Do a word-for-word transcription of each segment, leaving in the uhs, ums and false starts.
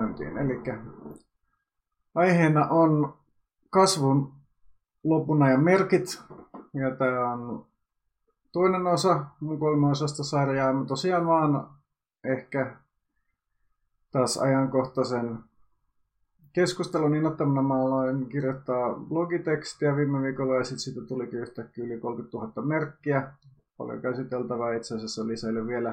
käyntiin. Eli aiheena on kasvun lopun ajan merkit. Ja tämä on toinen osa mun kolmeosasta sarjaa. Mä tosiaan vaan ehkä taas ajankohtaisen keskustelun innoittamana mä aloin kirjoittaa blogitekstiä viime viikolla ja sitten siitä tulikin yhtäkkiä yli kolmekymmentätuhatta merkkiä. Paljon käsiteltävää, itse asiassa lisäily vielä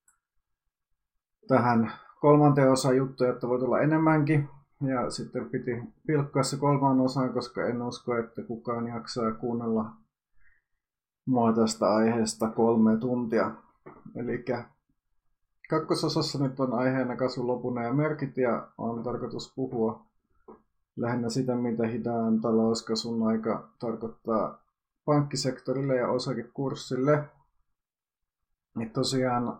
tähän kolmanteen osaan juttuja, että voi tulla enemmänkin. Ja sitten piti pilkkoa se kolmaan osaan, koska en usko, että kukaan jaksaa kuunnella mua tästä aiheesta kolme tuntia. Eli kakkososassa nyt on aiheena kasvun lopun ajan merkit ja on tarkoitus puhua lähinnä sitä, mitä hitaan talouskasvun aika tarkoittaa pankkisektorille ja osakekurssille. Et tosiaan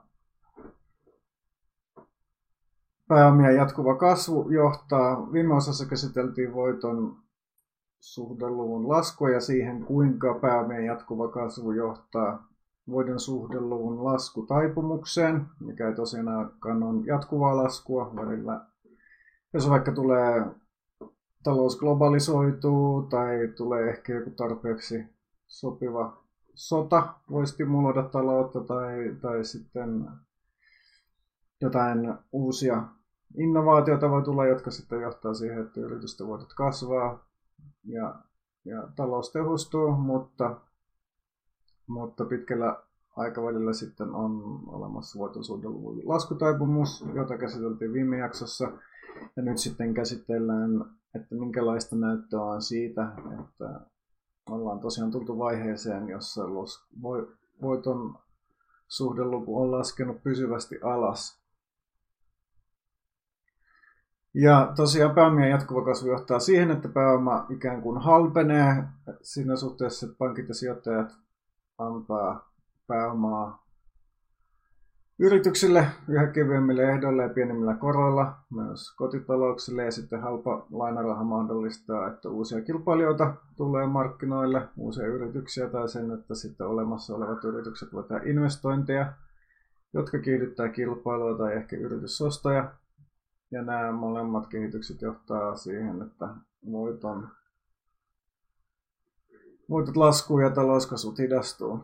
pääomien jatkuva kasvu johtaa, viime osassa käsiteltiin voiton suhdeluvun laskua ja siihen, kuinka pääomien jatkuva kasvu johtaa voiton suhdeluvun laskutaipumukseen, mikä ei tosiaankaan ole jatkuvaa laskua välillä. Jos vaikka tulee talous globalisoituu tai tulee ehkä joku tarpeeksi sopiva sota, voi stimuloida taloutta tai, tai sitten jotain uusia innovaatioita voi tulla, jotka sitten johtaa siihen, että yritysten voitot kasvaa ja, ja talous tehostuu, mutta, mutta pitkällä aikavälillä sitten on olemassa voiton suhdeluvun laskutaipumus, jota käsiteltiin viime jaksossa. Ja nyt sitten käsitellään, että minkälaista näyttöä on siitä, että ollaan tosiaan tultu vaiheeseen, jossa voiton suhdeluku on laskenut pysyvästi alas. Ja tosiaan pääomien jatkuva kasvu johtaa siihen, että pääoma ikään kuin halpenee siinä suhteessa, että pankit ja sijoittajat antaa pääomaa yrityksille yhä kevyemmillä ehdoilla ja pienemmillä koroilla, myös kotitalouksille, ja sitten halpa lainaraha mahdollistaa, että uusia kilpailijoita tulee markkinoille, uusia yrityksiä tai sen, että sitten olemassa olevat yritykset voivat tehdä investointeja, jotka kiihdyttää kilpailua tai ehkä yritysostoja. Ja nämä molemmat kehitykset johtaa siihen, että voiton, voitot laskuu ja talouskasvut hidastuu.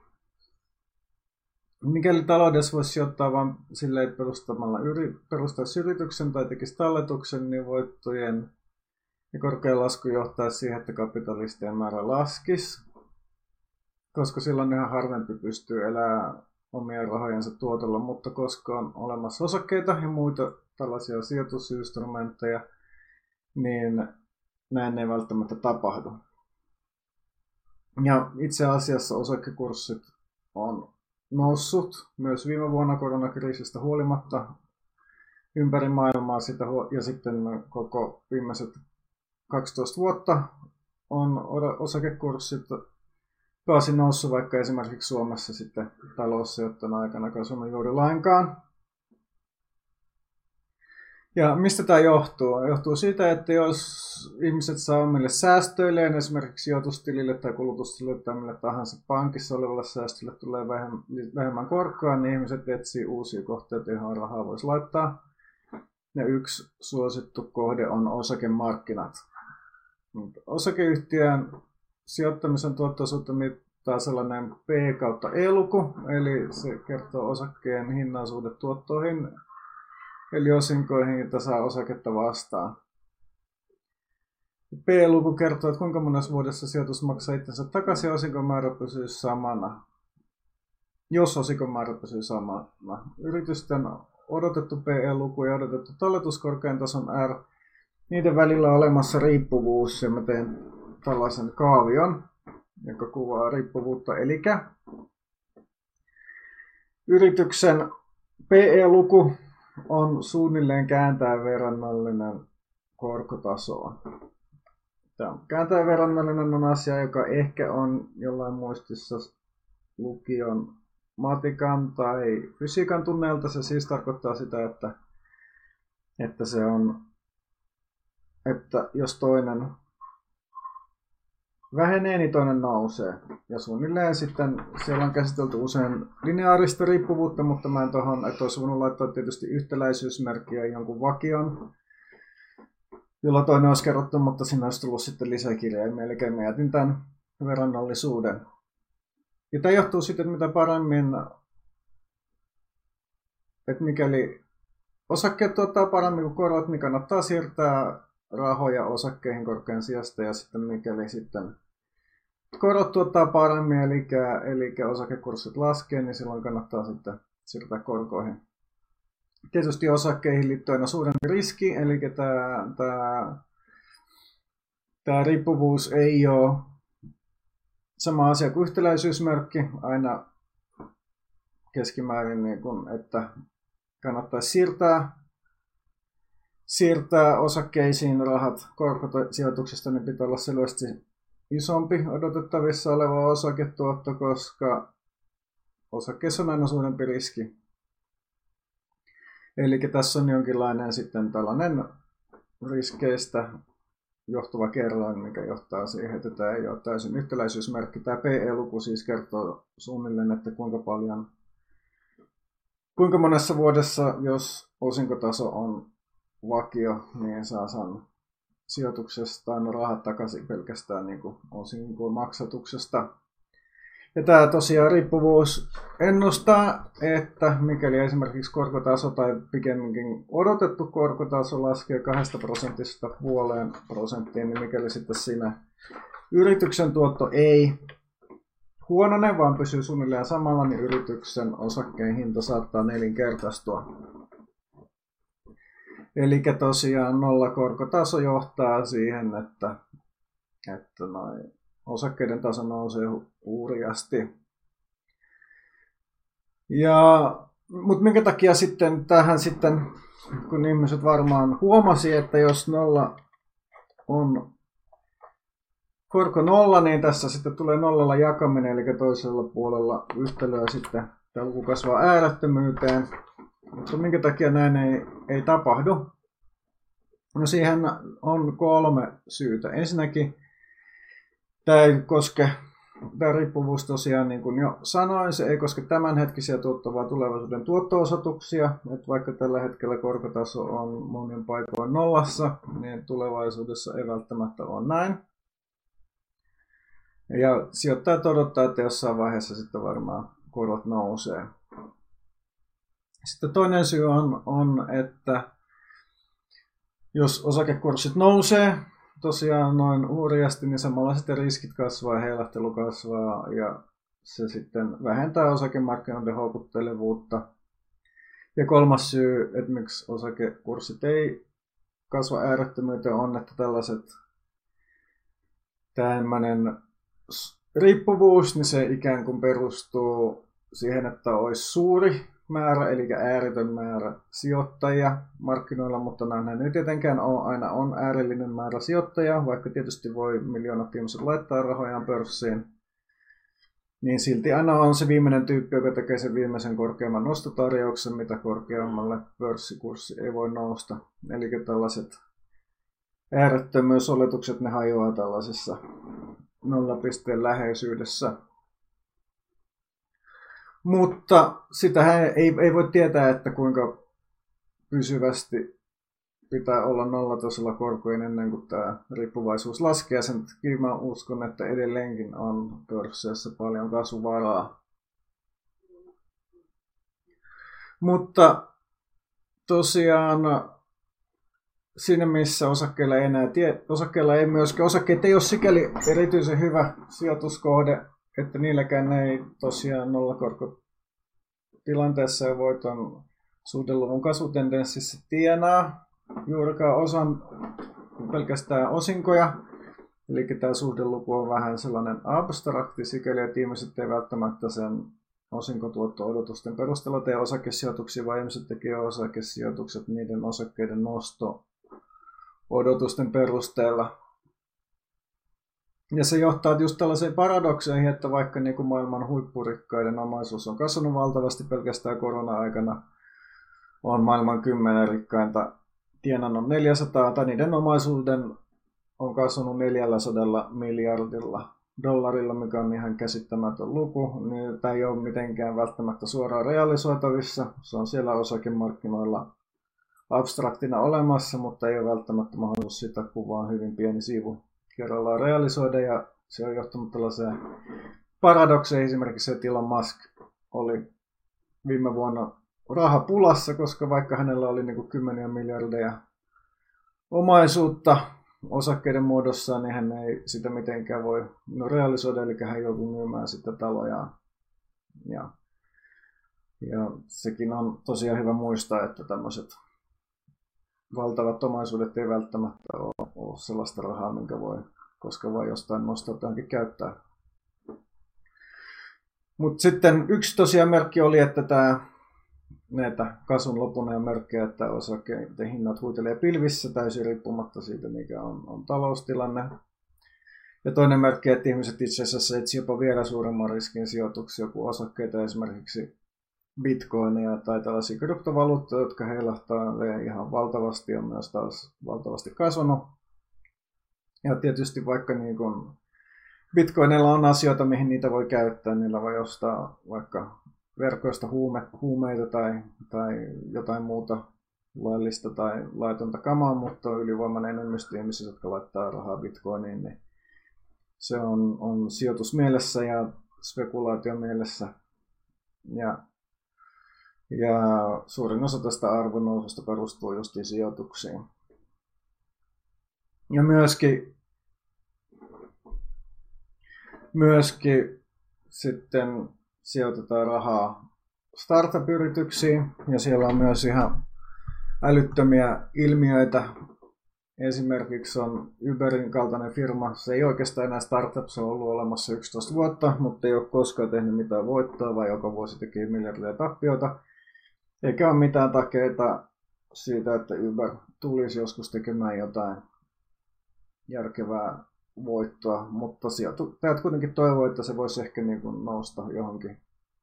Mikäli taloudessa voisi sijoittaa vain silleen, että perustamalla yri, perustaisi yrityksen tai tekisi talletuksen, niin voittojen ja korkea lasku johtaa siihen, että kapitalistien määrä laskisi, koska silloin ihan harvempi pystyy elämään omien rahojensa tuotolla, mutta koska on olemassa osakkeita ja muita tällaisia sijoitusinstrumentteja, niin näin ei välttämättä tapahdu. Ja itse asiassa osakekurssit on noussut myös viime vuonna koronakriisistä huolimatta ympäri maailmaa sitä, ja sitten koko viimeiset kaksitoista vuotta on osakekurssit pääosin noussut, vaikka esimerkiksi Suomessa sitten taloussijoittajana aikana kasvanut juuri lainkaan. Ja mistä tämä johtuu? Johtuu siitä, että jos ihmiset saa omille säästöilleen, esimerkiksi sijoitustilille tai kulutustilille tai mille tahansa pankissa olevalle säästölle tulee vähemmän korkoa, niin ihmiset etsii uusia kohteita, johon rahaa voisi laittaa. Ja yksi suosittu kohde on osakemarkkinat. Osakeyhtiön sijoittamisen tuottoisuutta mittaa sellainen P kautta E-luku, eli se kertoo osakkeen hinnan suhde tuottoihin, eli osinkoihin, joita saa osaketta vastaan. P-luku kertoo, että kuinka monessa vuodessa sijoitus maksaa itsensä takaisin ja osinkomäärä pysyy samana. Jos osinkomäärä pysyy samana. Yritysten odotettu P E-luku ja odotettu talletuskorkean tason R, niiden välillä on olemassa riippuvuus, ja mä teen tällaisen kaavion, joka kuvaa riippuvuutta. Eli yrityksen P E-luku on suunnilleen kääntäen verrannollinen korkotasoon. Tämä kääntäen verrannollinen on asia, joka ehkä on jollain muistissa lukion matikan tai fysiikan tunneilta. Se siis tarkoittaa sitä, että, että, se on, että jos toinen vähenee, niin toinen nousee. Ja suunnilleen sitten siellä on käsitelty usein lineaarista riippuvuutta, mutta mä en tuohon, että olisi voinut laittaa tietysti yhtäläisyysmerkkiä jonkun vakion. jolla toinen olisi kerrottu, mutta siinä olisi tullut sitten lisäkirjaimia, eli mä jätin tämän verrannollisuuden. Ja tämä johtuu sitten, että mitä paremmin, että mikäli osakkeet tuottaa paremmin kuin korot, niin kannattaa siirtää rahoja osakkeihin korkean sijasta, ja sitten mikäli sitten korot tuottaa paremmin, eli, eli osakekurssit laskee, niin silloin kannattaa sitten siirtää korkoihin. Tietysti osakkeihin liittyy aina suurempi riski, eli tämä, tämä, tämä riippuvuus ei ole sama asia kuin yhtäläisyysmerkki, aina keskimäärin, niin kuin, että kannattaisi siirtää, siirtää osakkeisiin rahat korkosijoituksesta, niin pitää olla selvästi isompi odotettavissa oleva osaketuotto, koska osakkeessa on aina suurempi riski. Eli tässä on jonkinlainen sitten tällainen riskeistä johtuva kerroin, mikä johtaa siihen, että tämä ei ole täysin yhtäläisyysmerkki. Tämä P E-luku siis kertoo suunnilleen, että kuinka paljon, kuinka monessa vuodessa, jos osinkotaso on vakio, niin saa saada sijoituksestaan rahat takaisin pelkästään niin kuin osinkoon maksatuksesta. Ja tämä tosiaan riippuvuus ennustaa, että mikäli esimerkiksi korkotaso tai pikemminkin odotettu korkotaso laskee kahdesta prosentista puoleen prosenttiin, niin mikäli sitten siinä yrityksen tuotto ei huonone, vaan pysyy suunnilleen samalla, niin yrityksen osakkeen hinta saattaa nelinkertaistua. Eli tosiaan nollakorkotaso johtaa siihen, että, että noin osakkeiden taso nousee hurjasti. Ja, mutta minkä takia sitten tähän sitten, kun ihmiset varmaan huomasi, että jos nolla on korko nolla, niin tässä sitten tulee nollalla jakaminen, eli toisella puolella yhtälöä sitten tämä luku kasvaa äärettömyyteen. Mutta minkä takia näin ei, ei tapahdu? No siihen on kolme syytä. Ensinnäkin tämä ei koske, tämä riippuvuus tosiaan, niin kuin jo sanoin, se ei koske tämänhetkisiä tuotto- vaan tulevaisuuden tuotto-osoituksia. Että vaikka tällä hetkellä korkotaso on monin paikoin nollassa, niin tulevaisuudessa ei välttämättä ole näin. Ja sijoittajat odottaa, että jossain vaiheessa sitten varmaan korot nousee. Sitten toinen syy on, on että jos osakekurssit nousee tosiaan noin hurjasti, niin samalla sitten riskit kasvaa, heilahtelu kasvaa ja se sitten vähentää osakemarkkinoiden houkuttelevuutta. Ja kolmas syy, että miksi osakekurssit ei kasva äärettömyyteen, on, että tällaiset tämmöinen riippuvuus, niin se ikään kuin perustuu siihen, että olisi suuri määrä, eli ääretön määrä sijoittajia markkinoilla, mutta näin ei tietenkään ole, aina on äärellinen määrä sijoittajia, vaikka tietysti voi miljoonat ihmiset laittaa rahojaan pörssiin, niin silti aina on se viimeinen tyyppi, joka tekee sen viimeisen korkeamman nostotarjouksen, mitä korkeammalle pörssikurssi ei voi nousta. Eli tällaiset äärettömyysoletukset, ne hajoaa tällaisessa nollapisteen läheisyydessä. Mutta sitähän ei, ei voi tietää, että kuinka pysyvästi pitää olla nollatasolla korkojen ennen kuin tämä riippuvaisuus laskee. Sen takia mä uskon, että edelleenkin on pörsseissä paljon kasvuvaraa. Mutta tosiaan siinä missä osakkeilla ei enää tie, osakkeilla ei myöskään, osakkeet ei ole sikäli erityisen hyvä sijoituskohde, että niilläkään ei tosiaan nollakorkotilanteessa ja voiton suhdeluvun kasvutendenssissä tienaa juurikaan osan pelkästään osinkoja. Eli tämä suhdeluku on vähän sellainen abstrakti sikäli, että ihmiset ei välttämättä sen osinkotuotto-odotusten perusteella tee osakesijoituksia, vaan ihmiset tekee osakesijoitukset niiden osakkeiden nosto-odotusten perusteella. Ja se johtaa just tällaisiin paradokseihin, että vaikka niin kuin maailman huippurikkaiden omaisuus on kasvanut valtavasti pelkästään korona-aikana, on maailman kymmenen rikkainta tienannut neljäsataa, tai niiden omaisuuden on kasvanut neljäsataa miljardilla dollarilla, mikä on ihan käsittämätön luku. Niin tämä ei ole mitenkään välttämättä suoraan realisoitavissa. Se on siellä osakemarkkinoilla abstraktina olemassa, mutta ei ole välttämättä mahdollisuus sitä kuvaa hyvin pieni siivu kerrallaan realisoida, ja se on johtanut tällaiseen paradokseen. Esimerkiksi se, että Elon Musk oli viime vuonna rahapulassa, koska vaikka hänellä oli niin kuin kymmeniä miljardeja omaisuutta osakkeiden muodossa, niin hän ei sitä mitenkään voi no, realisoida, eli hän joutuu myymään sitä talojaan. Ja, ja sekin on tosiaan hyvä muistaa, että tämmöiset valtavat omaisuudet ei välttämättä ole, ole sellaista rahaa, minkä voi koska voi jostain nostaa johonkin käyttää. Mutta sitten yksi tosiaan merkki oli, että tämä näitä kasvun lopuneen merkkejä, että osakkeiden hinnat huitelee pilvissä täysin riippumatta siitä, mikä on, on taloustilanne. Ja toinen merkki, että ihmiset itse asiassa etsivät jopa vielä suuremman riskin sijoituksia kuin osakkeita, esimerkiksi bitcoinia tai tällaisia kryptovaluuttoja, jotka heilahtaa ihan valtavasti ja myös taas valtavasti kasvanut. Ja tietysti vaikka niin kun bitcoinilla on asioita, mihin niitä voi käyttää, niillä voi ostaa vaikka verkoista huume, huumeita tai, tai jotain muuta laillista tai laitonta kamaa, mutta ylivoimainen enemmistö ihmisiä, jotka laittaa rahaa bitcoiniin, niin se on, on sijoitusmielessä ja spekulaatiomielessä. Ja, ja suurin osa tästä arvonnoususta perustuu justiin sijoituksiin. Ja myöskin, myöskin sitten sijoitetaan rahaa startup-yrityksiin, ja siellä on myös ihan älyttömiä ilmiöitä. Esimerkiksi on Uberin kaltainen firma, se ei oikeastaan enää startup, se on ollut olemassa yksitoista vuotta, mutta ei ole koskaan tehnyt mitään voittoa, vai joka vuosi tekee miljardia tappiota. Eikä ole mitään takeita siitä, että Uber tulisi joskus tekemään jotain järkevää voittoa, mutta sijoittajat kuitenkin toivoo, että se voisi ehkä niin kuin nousta johonkin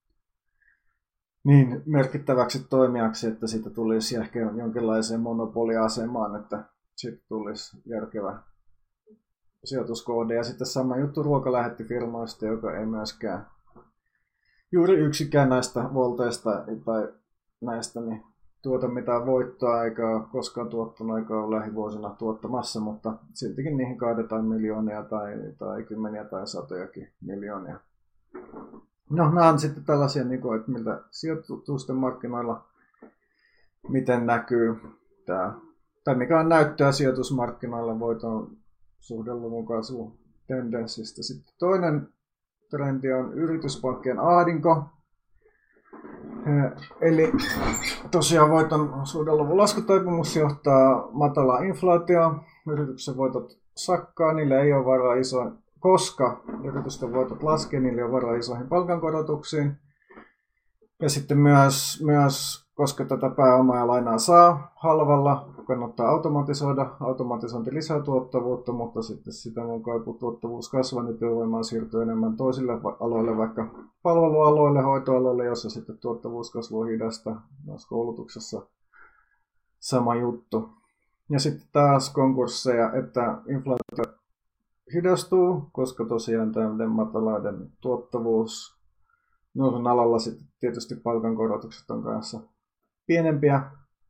niin merkittäväksi toimijaksi, että siitä tulisi ehkä jonkinlaiseen monopoliasemaan, että siitä tulisi järkevä sijoituskohde. Ja sitten sama juttu ruokalähettifirmoista, joka ei myöskään juuri yksikään näistä volteista tai näistä niin tuota mitään voittoa, eikä ole koskaan tuottanut, eikä ole lähivuosina tuottamassa, mutta siltikin niihin kaadetaan miljoonia tai, tai kymmeniä tai satojakin miljoonia. No, nämä on sitten tällaisia, että miltä sijoitusten markkinoilla, miten näkyy tämä, tai mikä on näyttöä sijoitusmarkkinoilla voiton suhdeluvun kasvutendenssistä. Sitten toinen trendi on yrityspankkien ahdinko. Eli tosiaan voiton suhdeluvun laskutaipumus johtaa matalaan inflaatioon. Yrityksen voitot sakkaa, niille ei ole varaa iso, koska yritysten voitot laskee, niille ei ole varaa isoihin palkankorotuksiin. Ja sitten myös, myös koska tätä pääomaa ja lainaa saa halvalla, kannattaa automatisoida. Automatisointi lisää tuottavuutta, mutta sitten sitä mukaan kun tuottavuus kasvaa, niin työvoimaa siirtyy enemmän toisille aloille, vaikka palvelualoille, hoitoaloille, jossa sitten tuottavuuskasvu on hidasta. Myös koulutuksessa sama juttu. Ja sitten taas konkursseja, että inflaatio hidastuu, koska tosiaan tämän matalaiden tuottavuus nousun alalla sitten tietysti palkankorotukset on kanssa pienempiä.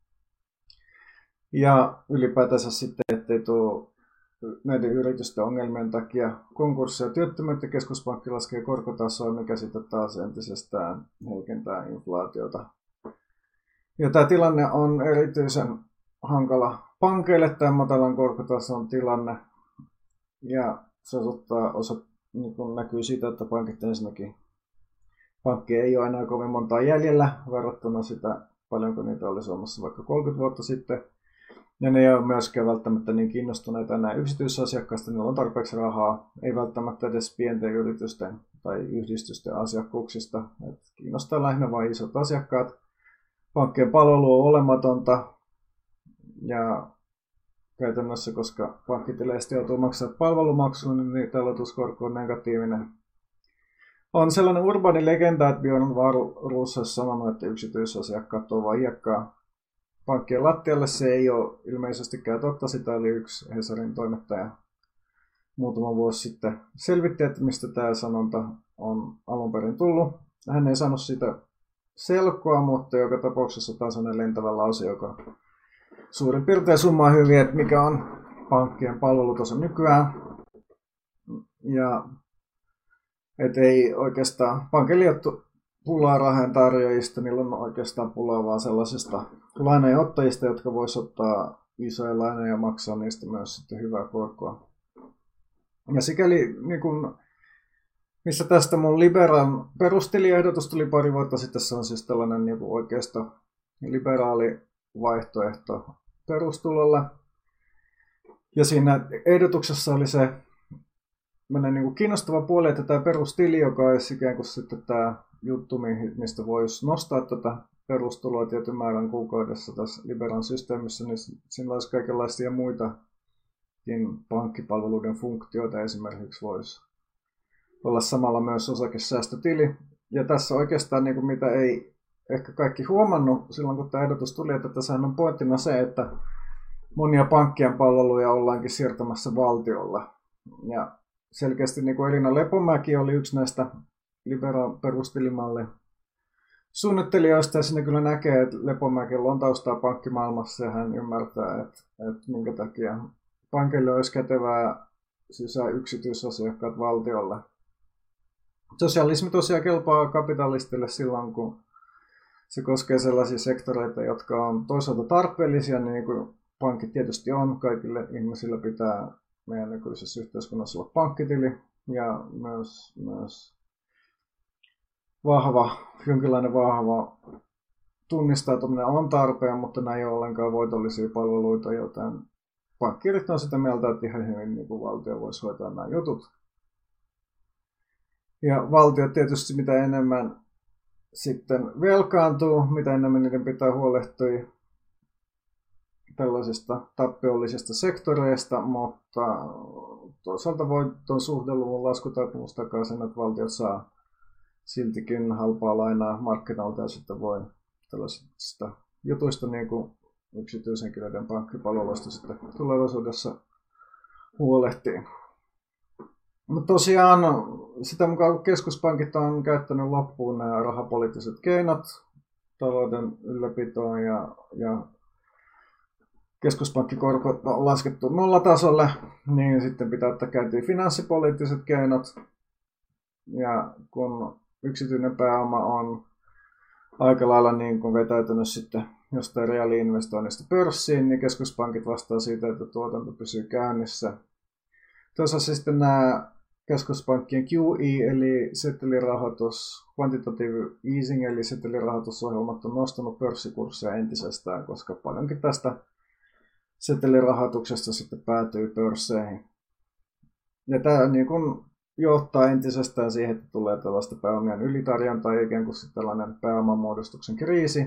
Ja ylipäätänsä sitten, ettei tule näiden yritysten ongelmien takia konkursseja ja työttömyyttä, keskuspankki laskee korkotasoa, mikä sitten taas entisestään heikentää inflaatiota. Ja tämä tilanne on erityisen hankala pankeille, tämä matalan korkotason tilanne. Ja se osoittaa, osa, niin kun näkyy siitä, että pankit ensinnäkin pankkeja ei ole enää kovin montaa jäljellä verrattuna sitä, paljonko niitä oli Suomessa vaikka kolmekymmentä vuotta sitten. Ja ne ei ole myöskään välttämättä niin kiinnostuneita enää yksityisasiakkaista, niillä on tarpeeksi rahaa, ei välttämättä edes pienten yritysten tai yhdistysten asiakkuuksista. Et kiinnostaa lähinnä vain isot asiakkaat. Pankkien palvelu on olematonta ja käytännössä, koska pankkitileistä joutuu maksamaan palvelumaksuun, niin talletuskorko on negatiivinen. On sellainen urbaani legenda, että Björn Wahlroos olisi sanonut, että yksityisasiakkaat on vain hiekkaa pankkien lattialle. Se ei ole ilmeisestikään totta. Sitä oli yksi Hesarin toimittaja muutama vuosi sitten selvitti, että mistä tämä sanonta on alun perin tullut. Hän ei saanut sitä selkoa, mutta joka tapauksessa taas on lentävä lause, joka suurin piirtein summaa hyvin, että mikä on pankkien palvelutaso nykyään. Ja et ei oikeastaan pankille ole pulaa rahan tarjoajista, niillä on oikeastaan pulaa vaan sellaisista lainanottajista, jotka vois ottaa isoja lainoja ja maksaa niistä myös sitten hyvää korkoa. Ja sikäli, niin kun, missä tästä mun Liberan perustiliehdotus tuli pari vuotta sitten, se on siis tällainen niin oikeasta liberaali vaihtoehto perustulolle. Ja siinä ehdotuksessa oli se niin kuin kiinnostava puoli, että tämä perustili, joka olisi ikään kuin sitten tämä juttu, mistä voisi nostaa tätä perustuloa tietyn määrän kuukaudessa tässä Liberan systeemissä, niin sillä olisi kaikenlaisia muitakin pankkipalveluiden funktioita. Esimerkiksi voisi olla samalla myös osakesäästötili. Ja tässä oikeastaan niin kuin mitä ei ehkä kaikki huomannut silloin, kun tämä ehdotus tuli, että tässähän on pointtina se, että monia pankkien palveluja ollaankin siirtämässä valtiolla. Ja selkeästi niin kuin Elina Lepomäki oli yksi näistä Liberan perustilimallin suunnittelijoista, ja sinne kyllä näkee, että Lepomäkellä on taustaa pankkimaailmassa, ja hän ymmärtää, että, että minkä takia pankille olisi kätevää sisään yksityisasiakkaat valtiolle. Sosialismi tosiaan kelpaa kapitalistille silloin, kun se koskee sellaisia sektoreita, jotka on toisaalta tarpeellisia, niin kuin pankit tietysti on. Kaikille ihmisillä pitää meidän nykyisessä yhteiskunnassa olla pankkitili, ja myös, myös vahva, jonkinlainen vahva tunnistautuminen on tarpeen, mutta nämä ei ole ollenkaan voitollisia palveluita, joten pankkiirit on sitä mieltä, että ihan hyvin niin kuin valtio voisi hoitaa nämä jutut. Ja valtio tietysti mitä enemmän sitten velkaantuu, mitä enemmän niiden pitää huolehtia tällaisista tappiollisista sektoreista, mutta toisaalta voiton suhdeluvun laskutaipumus takaa sen, että valtiot saa siltikin halpaa lainaa markkinoilta ja sitten voi tällaisista jutuista niin kuin yksityishenkilöiden pankkipalveluista sitten tulevaisuudessa huolehtii. Mutta tosiaan sitä mukaan kun keskuspankit on käyttänyt loppuun nämä rahapoliittiset keinot talouden ylläpitoon ja, ja keskuspankkikorkot on laskettu nollatasolle, niin sitten pitää ottaa käyntiin finanssipoliittiset keinot. Ja kun yksityinen pääoma on aika lailla niin kuin vetäytynyt sitten jostain reaali-investoinnista pörssiin, niin keskuspankit vastaa siitä, että tuotanto pysyy käynnissä. Toisaalta sitten nämä keskuspankkien Q E eli setelirahoitus, quantitative easing eli setelirahoitusohjelmat on nostanut pörssikursseja entisestään, koska paljonkin tästä setelirahoituksesta sitten päätyy pörsseihin. Ja tämä niin kun johtaa entisestään siihen, että tulee tällaista pääomien ylitarjontaa, ikään kuin tällainen pääomanmuodostuksen kriisi,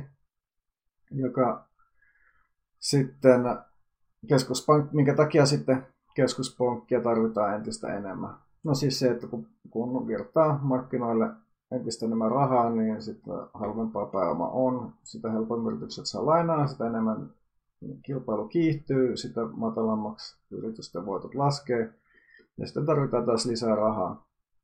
joka sitten keskuspank, minkä takia sitten keskuspankkia tarvitaan entistä enemmän. No siis se, että kun, kun virtaa markkinoille entistä enemmän rahaa, niin sitten halvempaa pääoma on, sitä helpommin yritykset saa lainaa, sitä enemmän kilpailu kiihtyy, sitä matalammaksi yritysten voitot laskee, ja sitten tarvitaan taas lisää rahaa.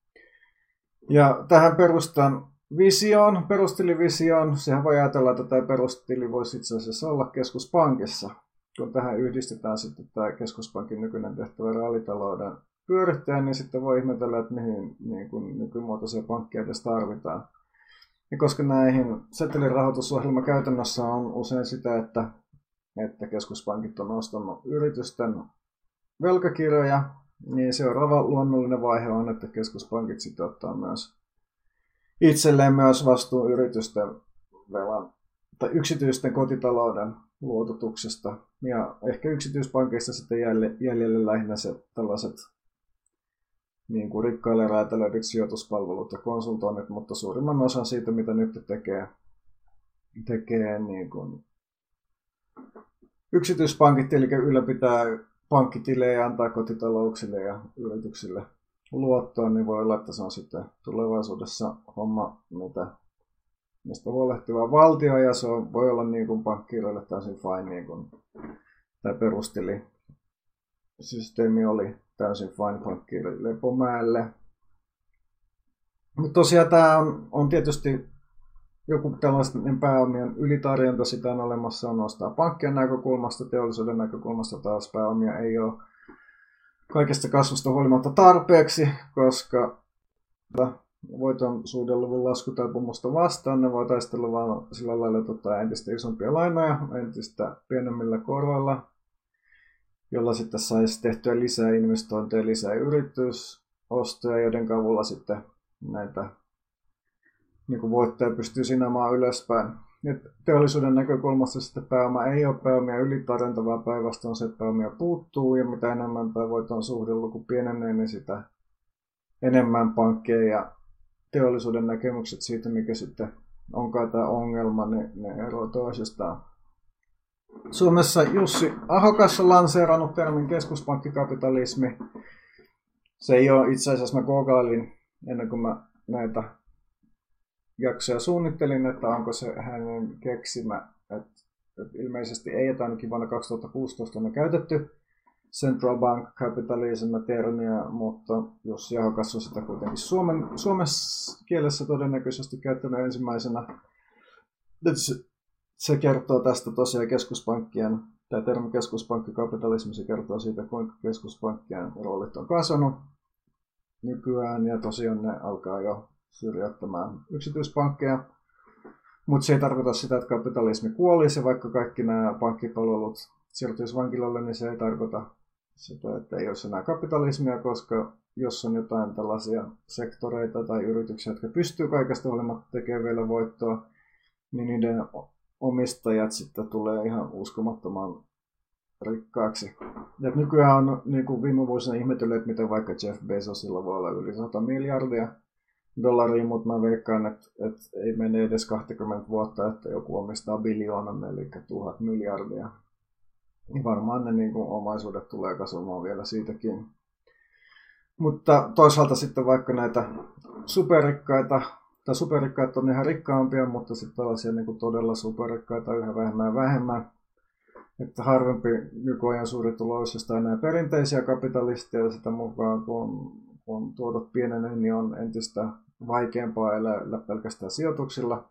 Ja tähän perustan visioon, perustilivisioon, sehän voi ajatella, että tämä perustili voisi itse asiassa olla keskuspankissa, kun tähän yhdistetään sitten tämä keskuspankin nykyinen tehtävä reaalitalouden pyörittäjä, niin sitten voi ihmetellä, että mihin niin kuin nykymuotoisia pankkeja edes tarvitaan. Ja koska näihin setelirahoitusohjelma käytännössä on usein sitä, että, että keskuspankit on ostanut yritysten velkakirjoja, niin seuraava luonnollinen vaihe on, että keskuspankit sitten ottaa myös itselleen myös vastuun yritysten velan tai yksityisten kotitalouden luototuksesta. Ja ehkä yksityispankeista sitten jäljelle lähinnä se tällaiset niin kuin rikkaille räätälöidyt sijoituspalvelut ja konsultoinnit, mutta suurimman osan siitä, mitä nyt tekee, tekee niin kuin yksityispankit, eli ylläpitää pankkitilejä ja antaa kotitalouksille ja yrityksille luottoa, niin voi olla, että se on sitten tulevaisuudessa homma, mitä, mistä huolehtiva valtio, ja se on, voi olla niin kuin pankkiireille täysin fine, niin kuin tämä perustilisysteemi oli täysin fine pankkiirille Lepomäelle. Mutta tosiaan tämä on, on tietysti joku tällainen pääomien ylitarjonta sitä on olemassa on nostaa pankkien näkökulmasta, teollisuuden näkökulmasta taas pääomia ei ole kaikesta kasvusta huolimatta tarpeeksi, koska voiton suhdeluvun laskutaipumusta vastaan ne voi taistella vaan sillä lailla, että ottaa entistä isompia lainoja entistä pienemmillä koroilla, jolla sitten saisi tehtyä lisää investointeja, lisää yritysostoja, joiden avulla sitten näitä niin voittoja pystyy sinämään ylöspäin. Nyt teollisuuden näkökulmasta sitten pääoma ei ole pääomia ylitarjonta, vaan päinvastoin se, että pääomia puuttuu, ja mitä enemmän tämä voiton suhdeluku pienenee, niin sitä enemmän pankkeja ja teollisuuden näkemykset siitä, mikä sitten onkaan tämä ongelma, niin ne eroavat toisistaan. Suomessa Jussi Ahokas on lanseerannut termin keskuspankkikapitalismi. Se ei ole itse asiassa, mä googlailin ennen kuin mä näitä jaksoja suunnittelin, että onko se hänen keksimä. Et, et ilmeisesti ei, että ainakin vuonna kaksituhattakuusitoista on käytetty Central Bank Capitalism-termiä, mutta Jussi Ahokas on sitä kuitenkin suomen, suomen kielessä todennäköisesti käyttänyt ensimmäisenä. Se kertoo tästä tosiaan keskuspankkien, tämä termi keskuspankkikapitalismi, se kertoo siitä, kuinka keskuspankkien roolit on kasvanut nykyään, ja tosiaan ne alkaa jo syrjäyttämään yksityispankkeja. Mutta se ei tarkoita sitä, että kapitalismi kuolisi, vaikka kaikki nämä pankkipalvelut siirtyisi vankilalle, niin se ei tarkoita sitä, että ei olisi enää kapitalismia, koska jos on jotain tällaisia sektoreita tai yrityksiä, jotka pystyy kaikesta huolimatta tekemään vielä voittoa, niin niiden omistajat sitten tulee ihan uskomattoman rikkaaksi. Ja nykyään on niin kuin viime vuosina ihmetellyt, että miten vaikka Jeff Bezosilla voi olla yli sata miljardia dollaria, mutta mä veikkaan, että, että ei mene edes kaksikymmentä vuotta, että joku omistaa biljoonan, eli tuhat miljardia. Niin varmaan ne niin kuin omaisuudet tulee kasvamaan vielä siitäkin. Mutta toisaalta sitten vaikka näitä superrikkaita, tai superrikkaat on ihan rikkaampia, mutta sitten tällaisia niin kuin todella superrikkaita yhä vähemmän ja vähemmän. Että harvempi nykyajan suurituloisista enää perinteisiä kapitalisteja, sitä mukaan kun, kun tuotot pienenee, niin on entistä vaikeampaa elää, elää pelkästään sijoituksilla.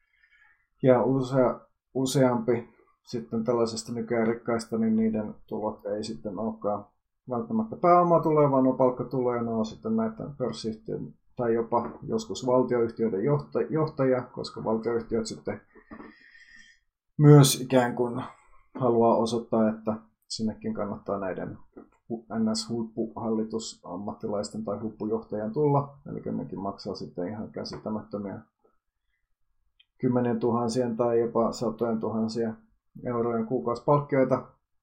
Ja usea, useampi sitten tällaisesta nykyään rikkaista, niin niiden tulot ei sitten olekaan välttämättä pääomatuloja, vaan on palkkatuloja, ne on sitten näitä pörssiyhtiöiden tai jopa joskus valtioyhtiöiden johtajia, koska valtioyhtiöt sitten myös ikään kuin haluaa osoittaa, että sinnekin kannattaa näiden N S-huippuhallitusammattilaisten tai huippujohtajan tulla, eli nekin maksaa sitten ihan käsittämättömiä kymmenien tuhansien tai jopa satojen tuhansien eurojen kuukausipalkkioita.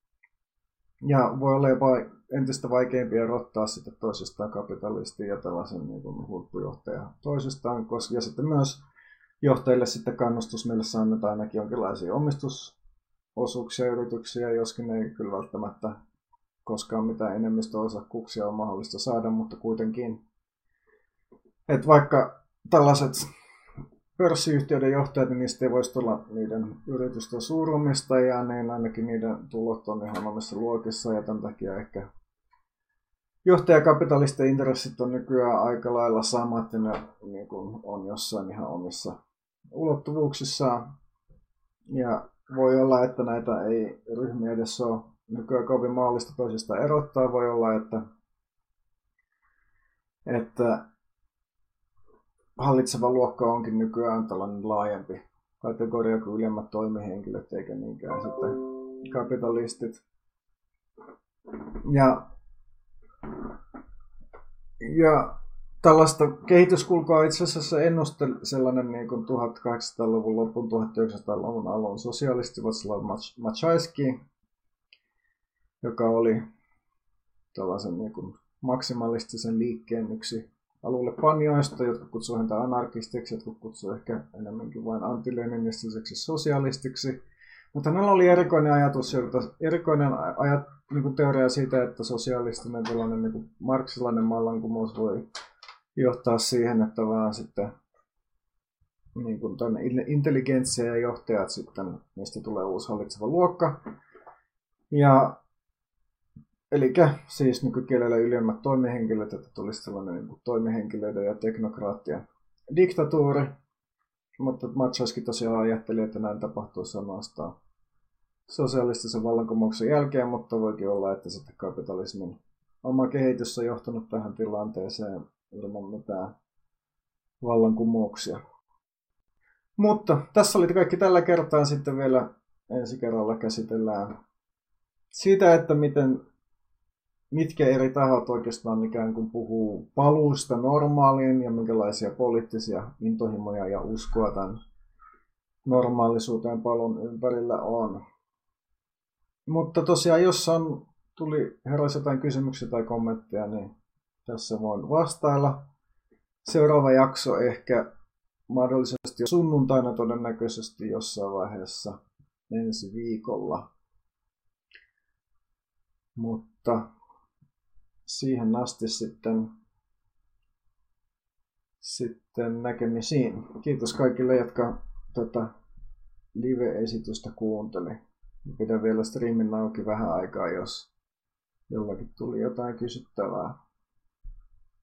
Ja voi olla jopa entistä vaikeampia erottaa sitten toisistaan kapitalistin ja tällaisen niin kuin huippujohtajan toisistaan, koska ja sitten myös johtajille sitten kannustusmielessä annetaan ainakin jonkinlaisia omistusosuuksia yrityksiä, joskin ei kyllä välttämättä koskaan mitään enemmistöosakkuuksia on mahdollista saada, mutta kuitenkin, että vaikka tällaiset pörssiyhtiöiden johtajat, niin niistä ei voisi tulla niiden yritysten suuromistajia, niin ainakin niiden tulot on ihan omissa luokissa, ja tämän takia ehkä johtajakapitalisten intressit on nykyään aika lailla samat, ja ne niin kuin on jossain ihan omissa ulottuvuuksissaan. Ja voi olla, että näitä ei ryhmiä edes ole nykyään kovin mahdollista toisista erottaa. Voi olla, että, että hallitseva luokka onkin nykyään tällainen laajempi kategoria kuin ylemmät toimihenkilöt, eikä niinkään sitten kapitalistit. Ja, ja tällaista kehityskulkua itse asiassa ennusti sellainen niin kuin tuhatkahdeksansataaluvun lopun, tuhatyhdeksänsataaluvun alun sosialisti Václav Mačajský, joka oli tällaisen niin kuin maksimalistisen liikkeen yksi alulle panijoista, jotka kutsuu häntä anarkistiksi, jotka kutsuu ehkä enemmänkin vain antileninistiseksi sosialistiksi. Mutta hänellä oli erikoinen ajatus, erikoinen ajat, niin kuin teoria siitä, että sosialistinen tällainen niin kuin marksilainen vallankumous voi johtaa siihen, että vaan sitten niin kuin intelligentsia ja johtajat sitten, niistä tulee uusi hallitseva luokka. Ja eli siis nykykielellä ylemmät toimihenkilöt, että tulisi sellainen niin kuin toimihenkilöiden ja teknokraattien diktatuuri. mutta Matsovski tosiaan ajatteli, että näin tapahtuu samasta sosialistisen vallankumouksen jälkeen, mutta voikin olla, että sitten kapitalismin oma kehitys on johtanut tähän tilanteeseen ilman mitään vallankumouksia. Mutta tässä oli kaikki tällä kertaa. Sitten vielä ensi kerralla käsitellään sitä, että miten, mitkä eri tahot oikeastaan ikään kuin puhuu paluusta normaaliin ja minkälaisia poliittisia intohimoja ja uskoa tämän normaalisuuteen palun ympärillä on. Mutta tosiaan, jos on, tuli heräsi jotain kysymyksiä tai kommentteja, niin tässä voin vastailla. Seuraava jakso ehkä mahdollisesti jo sunnuntaina, todennäköisesti jossain vaiheessa ensi viikolla. Mutta siihen asti sitten, sitten näkemisiin. Kiitos kaikille, jotka tätä live-esitystä kuunteli. Pidän vielä streamin auki vähän aikaa, jos jollakin tuli jotain kysyttävää.